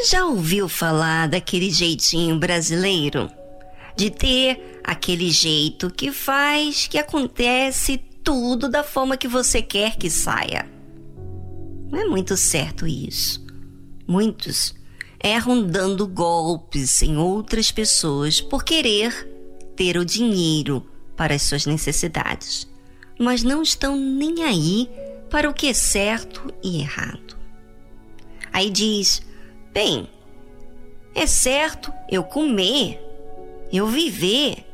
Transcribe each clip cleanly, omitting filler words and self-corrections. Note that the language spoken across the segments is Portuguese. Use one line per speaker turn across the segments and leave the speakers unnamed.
Já ouviu falar daquele jeitinho brasileiro? De ter aquele jeito que faz que acontece tudo da forma que você quer que saia. Não é muito certo isso. Muitos erram dando golpes em outras pessoas por querer ter o dinheiro para as suas necessidades, mas não estão nem aí para o que é certo e errado. Aí diz: bem, é certo eu comer, eu viver.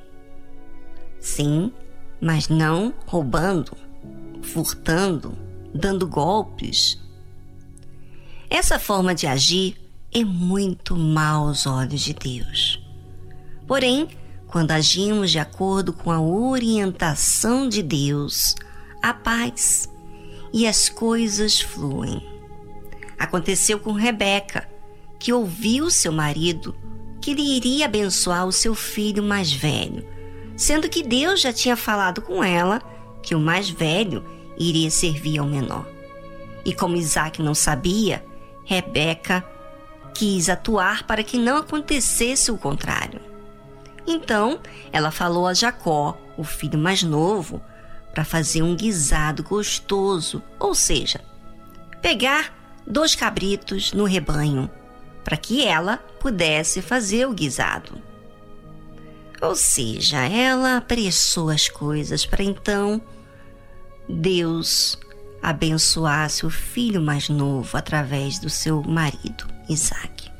Sim, mas não roubando, furtando, dando golpes. Essa forma de agir é muito má aos olhos de Deus. Porém, quando agimos de acordo com a orientação de Deus, há paz e as coisas fluem. Aconteceu com Rebeca, que ouviu seu marido que lhe iria abençoar o seu filho mais velho, sendo que Deus já tinha falado com ela que o mais velho iria servir ao menor. E como Isaac não sabia, Rebeca quis atuar para que não acontecesse o contrário. Então, ela falou a Jacó, o filho mais novo, para fazer um guisado gostoso, ou seja, pegar 2 cabritos no rebanho, para que ela pudesse fazer o guisado. Ou seja, ela apressou as coisas para então Deus abençoasse o filho mais novo através do seu marido, Isaac.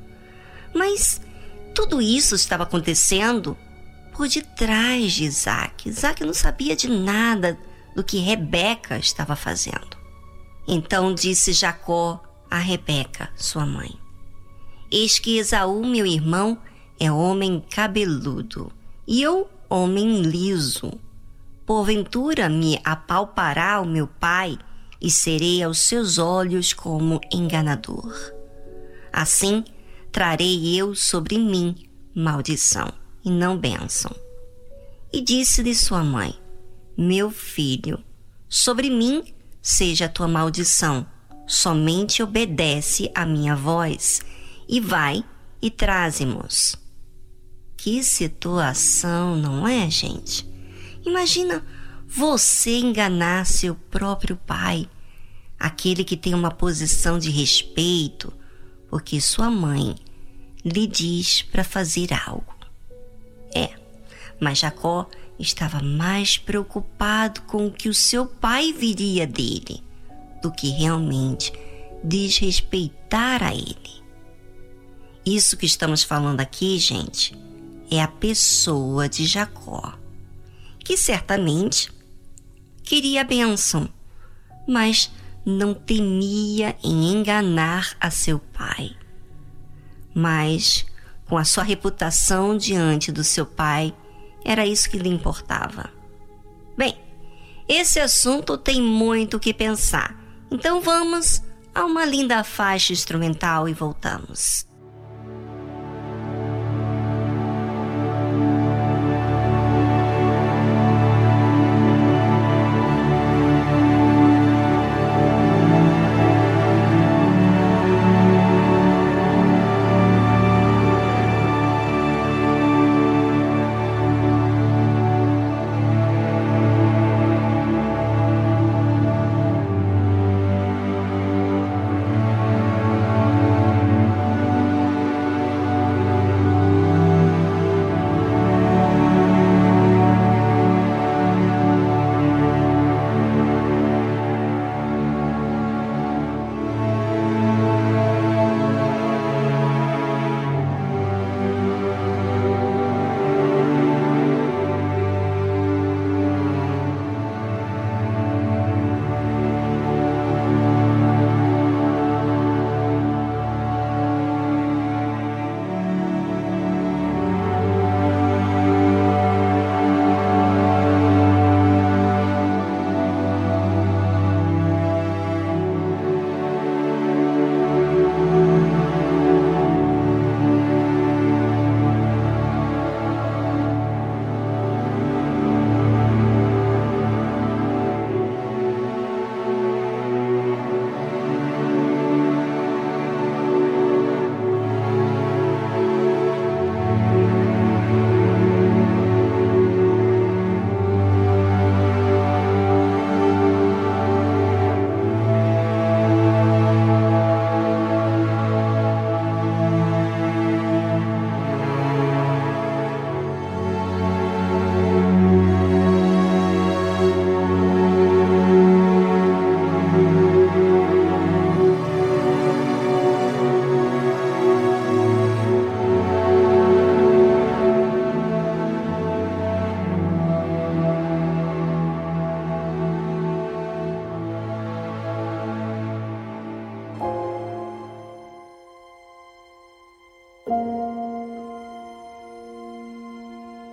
Mas tudo isso estava acontecendo por detrás de Isaac. Isaac não sabia de nada do que Rebeca estava fazendo. Então disse Jacó a Rebeca, sua mãe: eis que Esaú, meu irmão, é homem cabeludo, e eu, homem liso. Porventura me apalpará o meu pai, e serei aos seus olhos como enganador. Assim, trarei eu sobre mim maldição, e não bênção. E disse-lhe sua mãe: meu filho, sobre mim seja a tua maldição, somente obedece à minha voz, e vai e traze-mos. Que situação, não é, gente? Imagina você enganar seu próprio pai, aquele que tem uma posição de respeito, porque sua mãe lhe diz para fazer algo. Mas Jacó estava mais preocupado com o que o seu pai viria dele do que realmente desrespeitar a ele. Isso que estamos falando aqui, gente, é a pessoa de Jacó, que certamente queria a bênção, mas não temia em enganar a seu pai. Mas, com a sua reputação diante do seu pai, era isso que lhe importava. Bem, esse assunto tem muito o que pensar, então vamos a uma linda faixa instrumental e voltamos.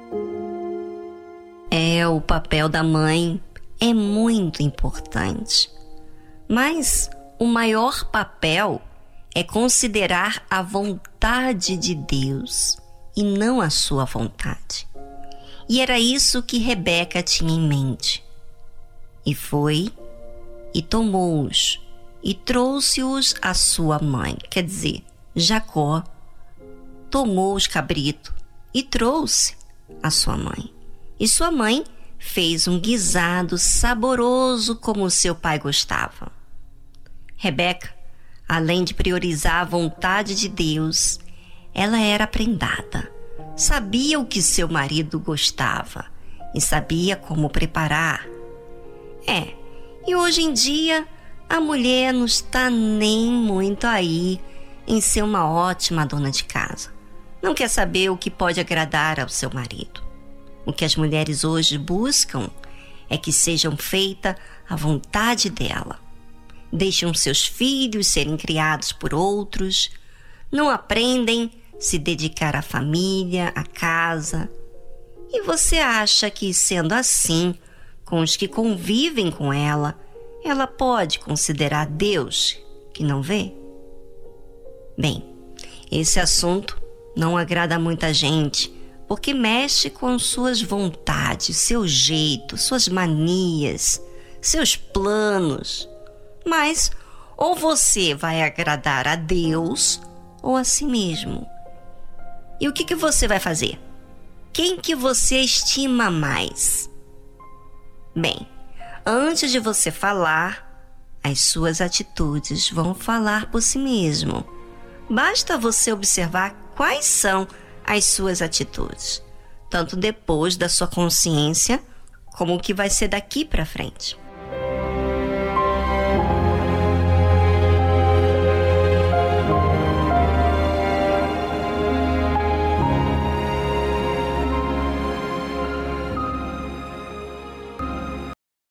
O papel da mãe é muito importante, mas o maior papel é considerar a vontade de Deus e não a sua vontade. E era isso que Rebeca tinha em mente. E foi e tomou-os e trouxe-os à sua mãe. Quer dizer, Jacó tomou os cabritos e trouxe à sua mãe. E sua mãe fez um guisado saboroso como o seu pai gostava. Rebeca, além de priorizar a vontade de Deus, ela era prendada. Sabia o que seu marido gostava e sabia como preparar. E hoje em dia a mulher não está nem muito aí em ser uma ótima dona de casa. Não quer saber o que pode agradar ao seu marido. O que as mulheres hoje buscam é que sejam feita a vontade dela. Deixam seus filhos serem criados por outros, não aprendem a se dedicar à família, à casa. E você acha que, sendo assim, com os que convivem com ela pode considerar Deus que não vê? Bem, esse assunto não agrada a muita gente, porque mexe com suas vontades, seu jeito, suas manias, seus planos. Mas ou você vai agradar a Deus ou a si mesmo. E o que você vai fazer? Quem que você estima mais? Bem, antes de você falar, as suas atitudes vão falar por si mesmo. Basta você observar quais são as suas atitudes, tanto depois da sua consciência, como o que vai ser daqui para frente.